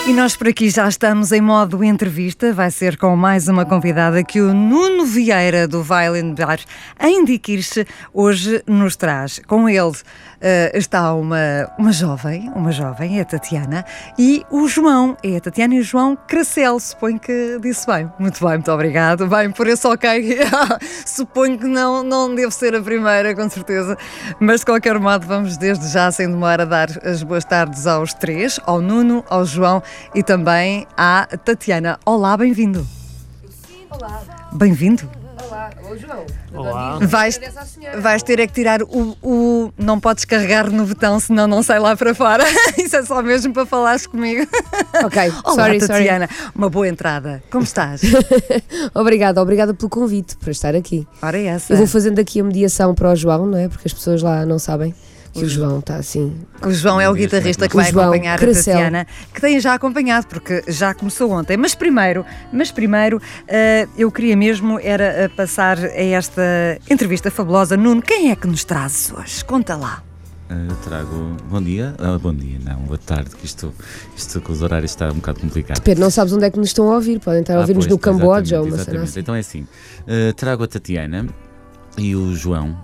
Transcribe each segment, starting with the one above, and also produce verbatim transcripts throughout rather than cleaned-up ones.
E nós por aqui já estamos em modo entrevista, vai ser com mais uma convidada que o Nuno Vieira do Violin Bar em Diquirche hoje nos traz. Com ele uh, está uma, uma jovem, uma jovem, é a Tatiana, e o João, é a Tatiana e o João Cracel, suponho que disse bem. Muito bem, muito obrigado. Bem, por esse ok, suponho que não, não devo ser a primeira, com certeza, mas de qualquer modo vamos desde já, sem demora, dar as boas tardes aos três, ao Nuno, ao João e também à Tatiana. Olá, bem-vindo. Olá. Bem-vindo. Olá, ô João. Olá. Vais, vais ter é que tirar o, o... Não podes carregar no botão, senão não sai lá para fora. Isso é só mesmo para falares comigo. Ok, Olá, sorry, Tatiana. sorry. Uma boa entrada. Como estás? Obrigada, obrigada pelo convite, por estar aqui. Ora é essa. Eu vou fazendo aqui a mediação para o João, não é? Porque as pessoas lá não sabem que o João está assim. O João é o guitarrista que O vai João acompanhar Cracel. a Tatiana, que tem já acompanhado, porque já começou ontem. Mas primeiro, mas primeiro uh, eu queria mesmo era uh, passar a esta entrevista fabulosa. Nuno, quem é que nos trazes hoje? Conta lá. Eu trago. Bom dia. Ah, bom dia, não, boa tarde, que isto, isto com os horários está um bocado complicado. Pedro, não sabes onde é que nos estão a ouvir? Podem estar a ouvir-nos Ah, no pois, Camboja ou exatamente, uma cena exatamente. assim. Então é assim: uh, trago a Tatiana e o João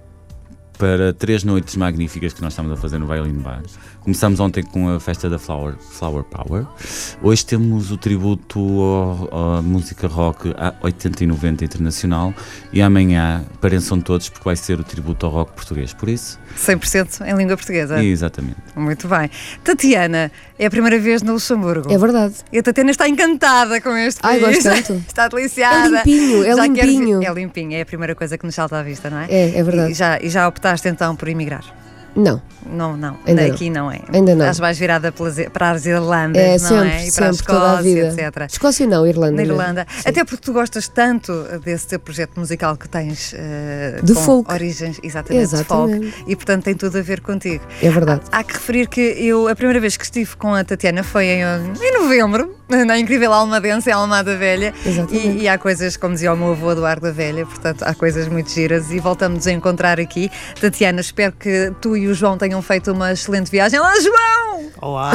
para três noites magníficas que nós estamos a fazer no Violin Bar. Começamos ontem com a festa da Flower, Flower Power. Hoje temos o tributo ao- à música rock a oitenta e noventa internacional e amanhã pareçam todos porque vai ser o tributo ao rock português. Por isso, cem por cento em língua portuguesa. exatamente. Muito bem. Tatiana, é a primeira vez no Luxemburgo. É verdade. E a Tatiana está encantada com este Ai, país. gosto tanto. Está deliciada. É limpinho, é Já quer limpinho. vi- É limpinho, é a primeira coisa que nos salta à vista, não é? É, é verdade. E já, e já optaste então por emigrar? Não, Não, não. Ainda não. Aqui não é. Ainda não. Estás mais virada pelas, para as Irlandas, é não sempre, é? E para a sempre, toda a Escócia, vida. etcétera. Escócia não, Irlanda. Na mesmo. Irlanda. Sim. Até porque tu gostas tanto desse teu projeto musical que tens uh, De com folk. origens, exatamente, Exatamente. de folk, e portanto tem tudo a ver contigo. É verdade. Há que referir que eu, a primeira vez que estive com a Tatiana foi em, em novembro, na incrível Almadense, em Almada Velha. Exatamente. E, e há coisas, como dizia o meu avô Eduardo da Velha, portanto há coisas muito giras e voltamos a encontrar aqui. Tatiana, espero que tu e o João tenham feito uma excelente viagem. Olá, João! Olá!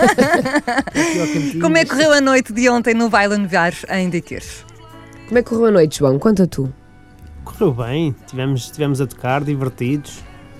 Como é que correu a noite de ontem no Violin Bar em Diquirche? Como é que correu a noite, João? Conta tu. Correu bem, tivemos, tivemos a tocar, divertidos.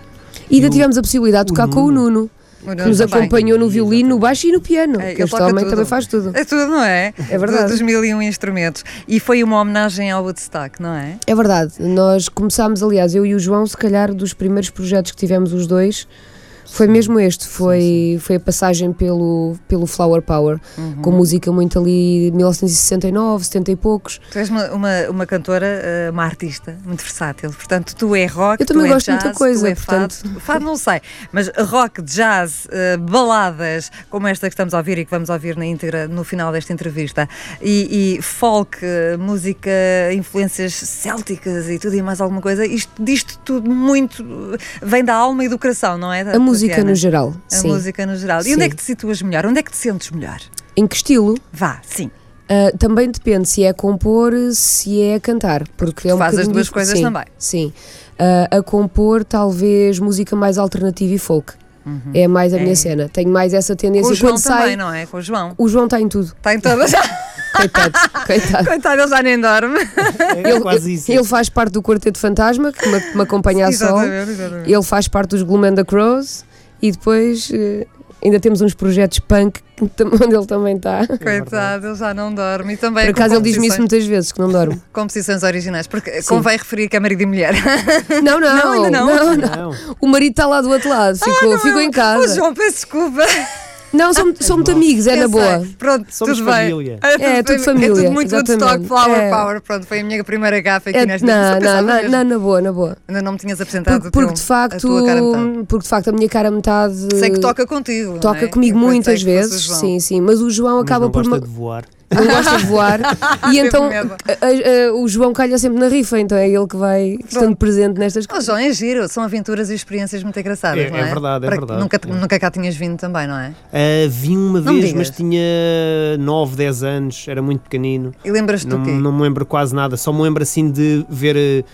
E ainda E o- tivemos a possibilidade de o tocar com o Nuno, O que nos Nuno também. acompanhou no violino, no baixo e no piano. É, que ele este toca homem tudo. também faz tudo. É tudo, não é? É verdade. Dos mil e um instrumentos. E foi uma homenagem ao Woodstock, não é? É verdade. Nós começámos, aliás, eu e o João, se calhar, dos primeiros projetos que tivemos os dois, foi mesmo este. Foi, foi a passagem pelo, pelo Flower Power, Uhum. com música muito ali, mil novecentos e sessenta e nove, setenta e poucos. Tu és uma, uma, uma cantora, eh, uma artista muito versátil. Portanto, tu é rock, Eu também tu é gosto de jazz, muita coisa, tu é portanto. fado. Fado não sei, mas rock, jazz, eh, baladas, como esta que estamos a ouvir e que vamos ouvir na íntegra no final desta entrevista, e, e folk, eh, música, influências célticas e tudo e mais alguma coisa, isto disto tudo muito eh, vem da alma e do coração, não é? A música Tatiana? no geral. A sim. música no geral. E Sim. onde é que te situas melhor? Onde é que te sentes melhor? Em que estilo? Vá, sim. Uh, também depende se é a compor, se é a cantar. Porque é um fazes as bocadinho duas dif- coisas sim, também. Sim. Uh, a compor, talvez música mais alternativa e folk. É mais a minha É. cena. Tenho mais essa tendência. Com o João Quando também, sai, não é? Com o João. o João está em tudo. Está em todas. Coitado, coitado. Coitado, ele já nem dorme. É Ele, quase isso. ele faz parte do Quarteto Fantasma, que me, que me acompanha a sol. Exatamente, exatamente. Ele faz parte dos Gloom and the Crows. E depois eh, ainda temos uns projetos punk que tam- onde ele também está. Coitado, ele já não dorme. E também Por com acaso ele diz-me isso composições- muitas vezes, que não dorme. composições originais, porque Sim. convém referir que é marido e mulher. Não, não, Não, ainda não. não, não. Não, O marido está lá do outro lado, ficou, ficou em O casa. João, peço desculpa. Não, são, são muito amigos, é Eu na boa. sei. Pronto, Somos tudo bem. família. É, tudo É família, tudo muito exatamente. Woodstock, Flower É. Power. Pronto, foi a minha primeira gafa aqui É, nesta não, Só não, pensava não, mesmo. não, na boa, na boa. Ainda não me tinhas apresentado Porque, o teu- porque, de facto, a tua cara metade. porque de facto a minha cara metade Sei que toca contigo. não toca é? comigo Eu pensei muitas que fosse o vezes, João. sim, sim, mas o João mas acaba não por gosta ma- de voar. não gosta de voar e Teve então medo. a- a- a- o João calha sempre na rifa, então é ele que vai estando presente nestas Oh, coisas. João, é giro, são aventuras e experiências muito engraçadas, É- não é é? verdade, é Para- verdade. Nunca, nunca cá tinhas vindo também, não é? Ah, vim uma Não me vez, digas. mas tinha nove, dez anos, era muito pequenino. E lembras-te Não, do quê? não me lembro quase nada, só me lembro assim de ver, eh,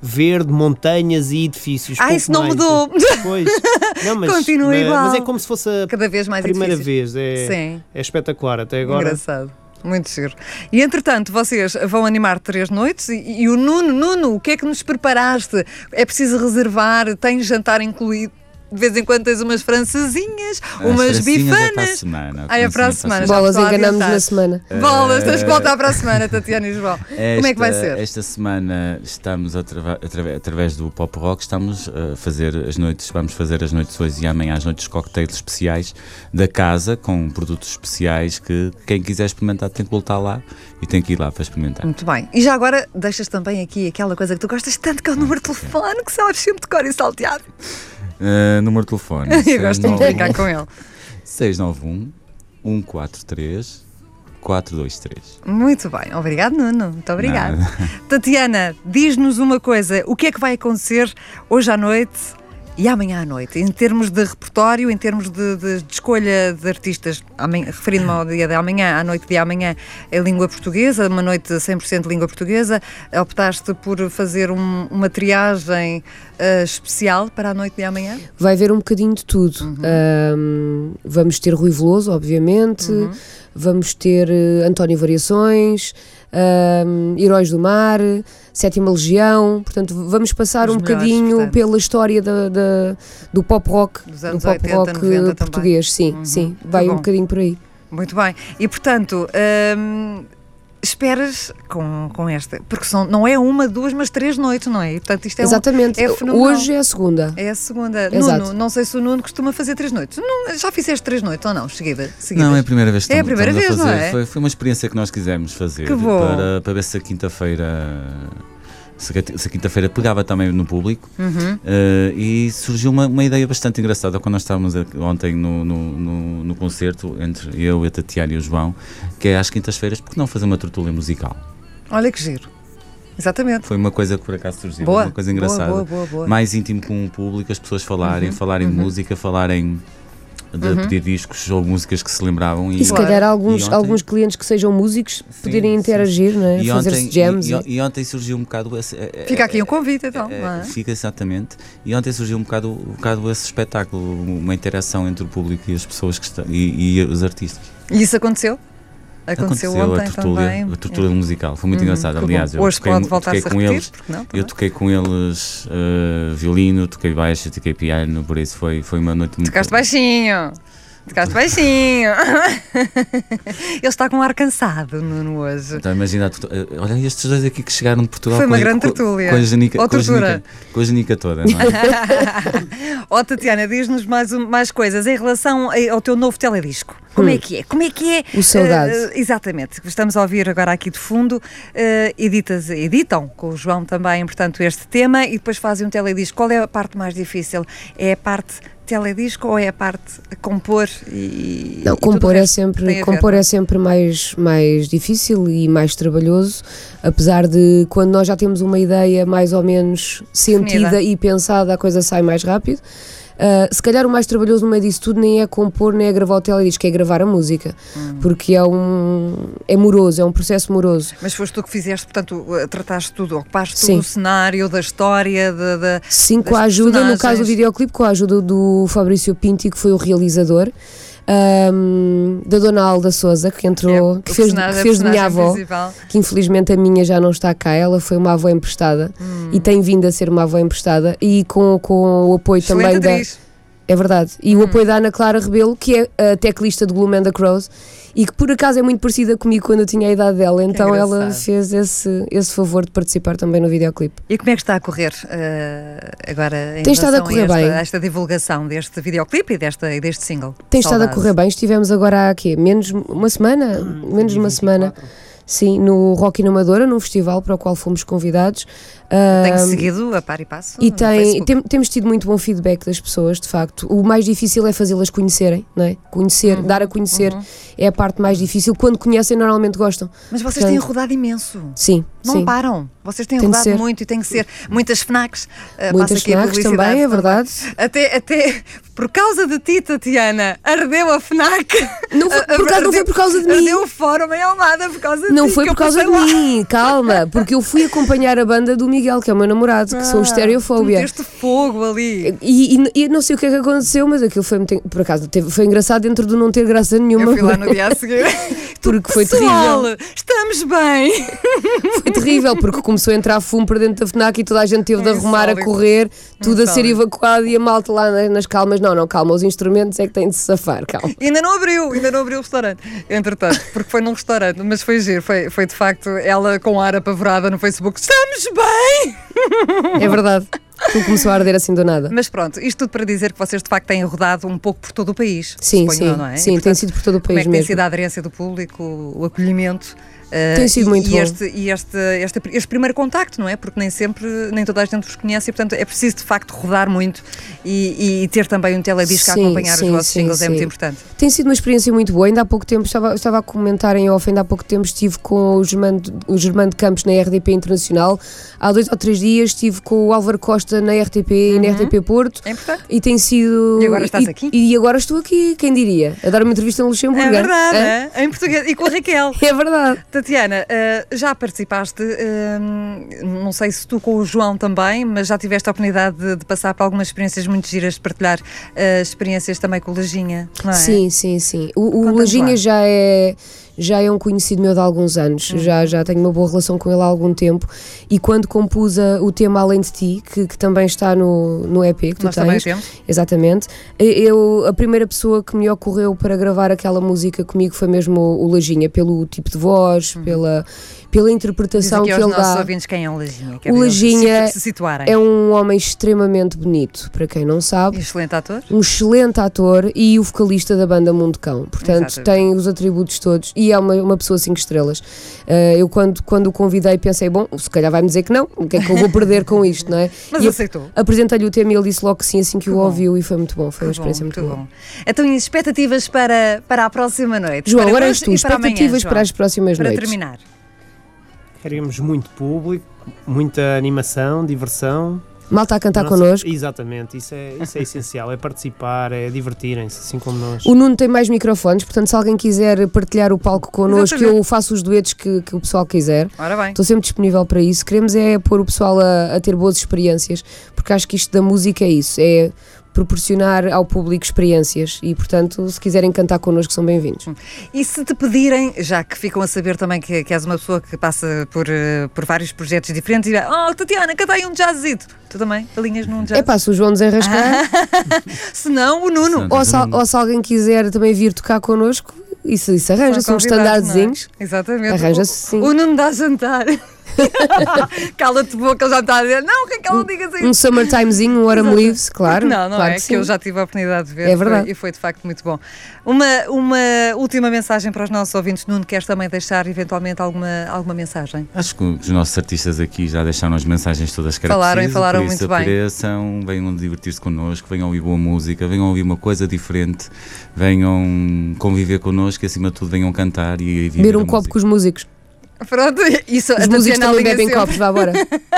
verde, montanhas e edifícios. Ah, pouco isso não mais. mudou. Pois. Não, mas, Continua mas, igual. Mas é como se fosse a Cada vez mais primeira edifícios. vez. É, Sim. é espetacular até agora. Engraçado. Muito giro. E entretanto, vocês vão animar três noites e, e o Nuno, Nuno, o que é que nos preparaste? É preciso reservar? Tem jantar incluído? De vez em quando tens umas francesinhas, As umas francinhas é para a bifanas. semana. Ah, é para a semana. já Bolas, estou a enganamos adiantar. na semana. Bolas, tens que voltar para a semana, Tatiana e João. Esta, Como é que vai ser? Esta semana estamos, atrava- atrave- através do Pop Rock, estamos a fazer as noites, vamos fazer as noites hoje e amanhã, as noites cocktails especiais da casa, com produtos especiais que quem quiser experimentar tem que voltar lá e tem que ir lá para experimentar. Muito bem. E já agora deixas também aqui aquela coisa que tu gostas tanto, que é o número de telefone, que sabes sempre de cor e salteado. Uh, número de telefone. Eu gosto de brincar com ele. seis nove um, um quatro três, quatro dois três. Muito bem. Obrigado, Nuno. Muito obrigada. Nada. Tatiana, diz-nos uma coisa. O que é que vai acontecer hoje à noite e amanhã à noite? Em termos de repertório, em termos de, de- de escolha de artistas, amanhã- referindo-me ao dia de amanhã, à noite de amanhã, é língua portuguesa, uma noite cem por cento língua portuguesa. Optaste por fazer um- uma triagem ah, especial para a noite de amanhã? Vai haver um bocadinho de tudo. Uhum. Ahm, vamos ter Rui Veloso, obviamente, Uhum. vamos ter eh, António Variações, ahm, Heróis do Mar, Sétima Legião, portanto vamos passar Os um melhores, bocadinho portanto. pela história da, da- do pop rock, Dos do anos pop oitenta, rock noventa também. português, sim, Uhum. sim, Que vai bom. um bocadinho por aí. Muito bem. E portanto, hum, esperas com, com esta, porque são, não é uma, duas, mas três noites, não é? E, portanto, isto é, um, Exatamente, é fenomenal. hoje é a segunda. é a segunda. Exato. Nuno, não sei se o Nuno costuma fazer três noites. Não, já fizeste três noites ou não? Seguida, seguidas? Não, é a primeira vez que É a estamos, primeira estamos vez, a não fazer. é? Foi, foi uma experiência que nós quisemos fazer Que bom. para, para ver se a quinta-feira se a se a quinta-feira pegava também no público. Uhum. Eh, e surgiu uma, uma ideia bastante engraçada quando nós estávamos aqui ontem no, no, no, no concerto entre eu, a Tatiana e o João, que é às quintas-feiras, porque não fazer uma tertúlia musical? Olha que giro. Exatamente. Foi uma coisa que por acaso surgiu, Boa. uma coisa engraçada. Boa, boa, boa, boa. Mais íntimo com o público, as pessoas falarem, Uhum, falarem de uhum. música, falarem de Uhum. pedir discos ou músicas que se lembravam. E se Claro. calhar alguns, E ontem- alguns clientes que sejam músicos poderem sim. interagir, não é? E Fazer-se ontem, jams. e, e- e, e ontem surgiu um bocado esse, é- Fica é- aqui um convite, então. é- não é? Fica exatamente. E ontem surgiu um bocado, um bocado esse espetáculo, uma interação entre o público e as pessoas que estão, e, e os artistas. E isso aconteceu? Aconteceu, ontem a tertúlia, também. a tertúlia musical, foi muito Uhum, engraçado. que bom. Aliás, eu Hoje toquei, pode mu- voltar-se toquei a com repetir, eles, porque não? eu Também. toquei com eles uh, violino, toquei baixo, toquei piano, por isso foi, foi uma noite muito. Tocaste baixinho. Tocaste baixinho. Ele está com um ar cansado, Nuno, hoje. Então, imagina, eh, olha estes dois aqui que chegaram de Portugal Foi com, uma a- grande com, tertúlia. com a janica, Ou com a tortura. janica, com a janica toda, não é? Ó Tatiana, diz-nos mais, um- mais coisas em relação a- ao teu novo teledisco. Como é que é? Como é que é? O Saudade. Eh, exatamente. Estamos a ouvir agora aqui de fundo. eh, editas, editam com o João também, portanto, este tema e depois fazem um teledisco. Qual é a parte mais difícil? É a parte teledisco ou é a parte a compor e Não, e tudo o compor é resto tem sempre, a ver, compor não é? é sempre mais, mais difícil e mais trabalhoso, apesar de quando nós já temos uma ideia mais ou menos sentida Definida. e pensada, a coisa sai mais rápido. Ah, se calhar o mais trabalhoso no meio disso tudo nem é compor, nem é gravar o teledisco, é gravar a música, Hum. porque é um é moroso, é um processo moroso. Mas foste tu que fizeste, portanto, eh, trataste tudo, ocupaste Sim. tudo o cenário, da história, da. da- Sim, com das a ajuda, no personagens. caso do videoclipe, com a ajuda do Fabrício Pinti, que foi o realizador, ahm, da Dona Alda Souza, que entrou, é que o fez, personagem- que a fez de minha personagem avó, principal. que infelizmente a minha já não está cá, ela foi uma avó emprestada Hum. e tem vindo a ser uma avó emprestada, e com, com o apoio Excelente também da... atriz. É verdade, e Hum. o apoio da Ana Clara Rebelo, que é a teclista de Gloom and the Crows, e que por acaso é muito parecida comigo quando eu tinha a idade dela, então ela engraçado. fez esse, esse favor de participar também no videoclipe. E como é que está a correr eh, agora em Tem estado a relação correr esta, bem. esta divulgação deste videoclipe e, desta, e deste single? Tem estado a Saudade. correr bem, estivemos agora há quê? Menos uma semana? Menos de uma semana. Sim, no Rock in Amadora, num festival para o qual fomos convidados. Tenho Ahm, seguido a par e passo. E no tem, Facebook. tem- temos tido muito bom feedback das pessoas, de facto. O mais difícil é fazê-las conhecerem, não é? Conhecer, Uhum, dar a conhecer uhum. é a parte mais difícil. Quando conhecem, normalmente gostam. Mas vocês Portanto- têm rodado imenso. Sim, Não Sim. param. Vocês têm Tem de rodado ser. muito e tem que ser muitas FNACs. Uh, Muitas passa aqui a FNACs publicidade também, é verdade. Até, até por causa de ti, Tatiana, ardeu a FNAC. Não foi, por causa, não foi por causa de mim. Ardeu o Fórum em Almada por causa de Não ti. foi que por eu causa de passei lá. mim, calma, porque eu fui acompanhar a banda do Miguel, que é o meu namorado, que são os Ah, Stereofobia. Tu meteste fogo ali. E, e, e não sei o que é que aconteceu, mas aquilo foi muito, por acaso teve, foi engraçado dentro do não ter graça nenhuma. Eu fui lá no dia a seguir. Porque foi Pessoal, terrível. estamos bem. Foi terrível, porque começou a entrar fumo para dentro da FNAC e toda a gente teve de Um arrumar a insólito. correr, tudo a ser Insólito. evacuado e a malta lá nas, nas calmas. Não, não, calma, os instrumentos é que têm de se safar, calma. E ainda não abriu, ainda não abriu o restaurante. Entretanto, porque foi num restaurante, mas foi giro, foi, foi de facto ela com ar apavorada no Facebook. Estamos bem! É verdade. Tudo começou a arder assim do nada. Mas pronto, isto tudo para dizer que vocês de facto têm rodado um pouco por todo o país. Sim, suponho, sim, não é? E, sim, portanto, tem sido por todo o Como é país que tem mesmo. sido a aderência do público, o acolhimento? Uh, Tem sido e, muito e bom. Este, e este, este, este primeiro contacto, não é? Porque nem sempre, nem toda a gente vos conhece e, portanto, é preciso de facto rodar muito e, e ter também um teledisco a Sim, acompanhar sim, os vossos sim, singles é sim. muito importante. Tem sido uma experiência muito boa. Ainda há pouco tempo, estava, estava a comentar em off, ainda há pouco tempo estive com o Germano, o Germano Campos na R D P Internacional. Há dois ou três dias estive com o Álvaro Costa na R T P e na R T P Porto. É importante. E tem sido. E agora estás e, aqui? E agora estou aqui, quem diria? A dar uma entrevista no Luxemburgo. É verdade, Hã? é? Em português e com a Raquel. É verdade. Tatiana, uh, já participaste, uh, não sei se tu com o João também, mas já tiveste a oportunidade de, de passar por algumas experiências muito giras, de partilhar uh, experiências também com o Lajinha, não é? Sim, sim, sim. O, o Conta-nos Lajinha lá. já é. Já é um conhecido meu de há alguns anos, Uhum. já, já tenho uma boa relação com ele há algum tempo e quando compus a- o tema Além de Ti, que, que também está no, no E P que tu Nós também tens, temos. exatamente, eu, a primeira pessoa que me ocorreu para gravar aquela música comigo foi mesmo o, o Lajinha, pelo tipo de voz, pela, pela Diz interpretação aqui que aos ele nossos dá. ouvintes quem é o Lajinha. que é O para eles Lajinha se, se situarem. É um homem extremamente bonito, para quem não sabe. Excelente ator. Um excelente ator e o vocalista da banda Mundo Cão. Portanto, Exatamente. tem os atributos todos e é uma, uma pessoa cinco estrelas. Uh, eu, quando, quando o convidei, pensei: bom, se calhar vai-me dizer que não, o que é que eu vou perder com isto, não é? Mas e aceitou. apresentei-lhe o tema e ele disse logo que sim, assim que, Que o bom. ouviu, e foi muito bom. Foi uma Que bom, experiência muito que boa. bom. Então, e expectativas para, para a próxima noite? João, para agora hoje és tu, e para amanhã, expectativas João? para as próximas Para noites. terminar. Queremos muito público, muita animação, diversão. Malta a cantar Nossa, connosco. Exatamente, isso é, isso é essencial, é participar, é divertirem-se, assim como nós. O Nuno tem mais microfones, portanto, se alguém quiser partilhar o palco connosco, Exatamente. eu faço os duetos que, que o pessoal quiser. Ora bem. Estou sempre disponível para isso. Queremos é pôr o pessoal a, a ter boas experiências, porque acho que isto da música é isso, é proporcionar ao público experiências e, portanto, se quiserem cantar connosco, são bem-vindos. E se te pedirem, já que ficam a saber também que, que és uma pessoa que passa por, eh, por vários projetos diferentes, e oh, Tatiana, canta aí um jazzito. Tu também alinhas num jazz? É pá, se o João desenrascar, Se não, o Nuno. Se não, ou, se, ou se alguém quiser também vir tocar connosco, isso, isso arranja-se, São uns convidados, standardzinhos. não é? Exatamente. Arranja-se, sim. O, o Nuno dá jantar. Cala-te boca, ele já está a dizer. Não, Raquel, não digas isso. Um summertimezinho, um Autumn Leaves, claro. Não, não claro é, que, que, sim. eu já tive a oportunidade de ver. É verdade. Foi, e foi de facto muito bom. Uma, uma última mensagem para os nossos ouvintes. Nuno, queres também deixar eventualmente alguma, alguma mensagem? Acho que os nossos artistas aqui já deixaram as mensagens todas que era Falaram e preciso, falaram por isso muito bem. apareçam, venham divertir-se connosco, venham ouvir boa música, venham ouvir uma coisa diferente, venham conviver connosco e acima de tudo venham cantar e viver Beber a um copo música. com os músicos. Pronto, isso Os a músicos Tatiana também alinha bebem sempre. copos, vá agora.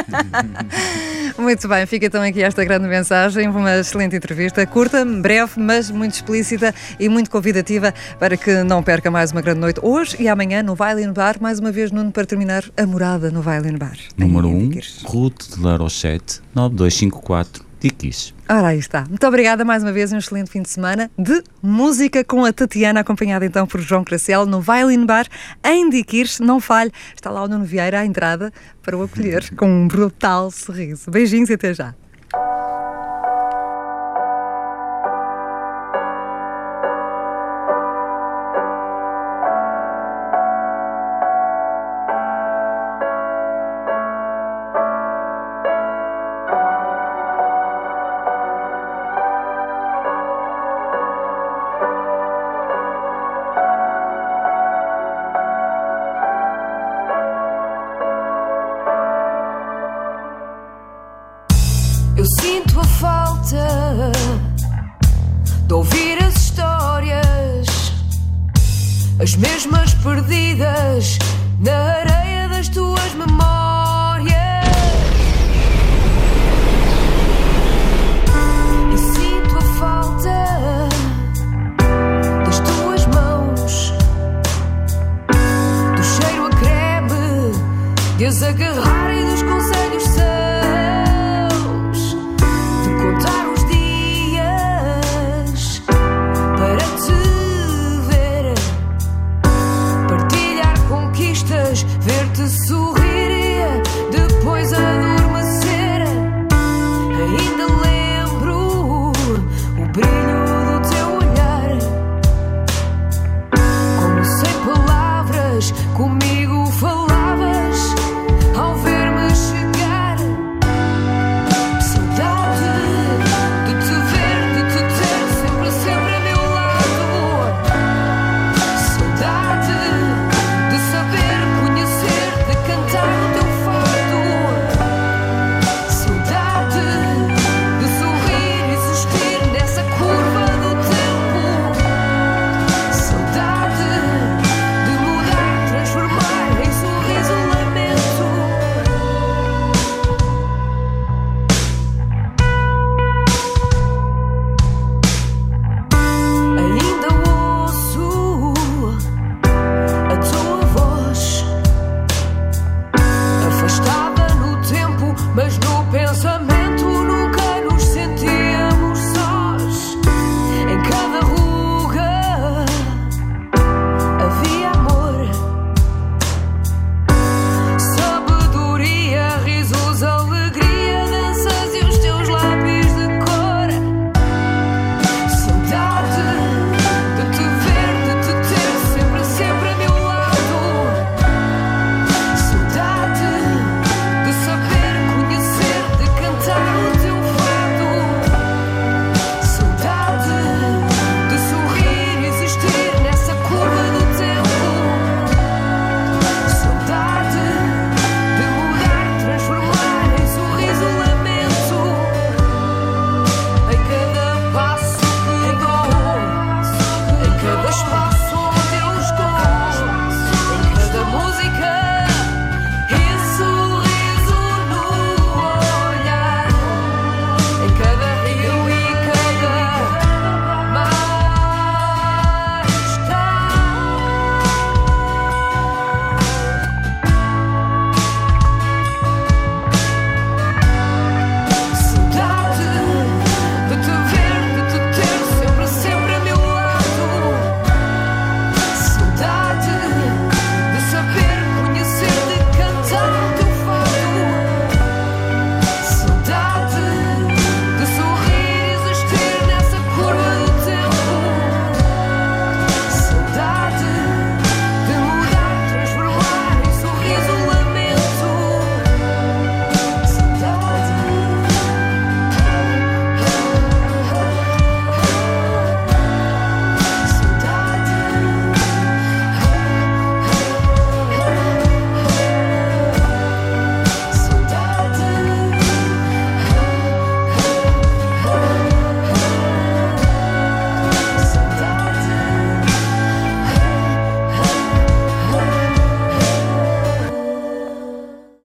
Muito bem, fica então aqui esta grande mensagem, uma excelente entrevista, curta, breve, mas muito explícita e muito convidativa para que não perca mais uma grande noite hoje e amanhã no Violin Bar, mais uma vez, Nuno, para terminar a morada no Violin Bar. Número Aí, um, Diquires. Ruth de Larochette, nove dois cinco quatro, Tiquis. Ora, aí está. Muito obrigada mais uma vez e um excelente fim de semana de música com a Tatiana, acompanhada então por João Cracel no Violin Bar em Diquires. Não falhe, está lá o Nuno Vieira à entrada para o acolher com um brutal sorriso. Beijinhos e até já. Eu sinto a falta de ouvir as histórias, as mesmas perdidas na areia da das tuas memórias. E sinto a falta das tuas mãos, do cheiro a creme, de as agarrar e dos conselhos sem.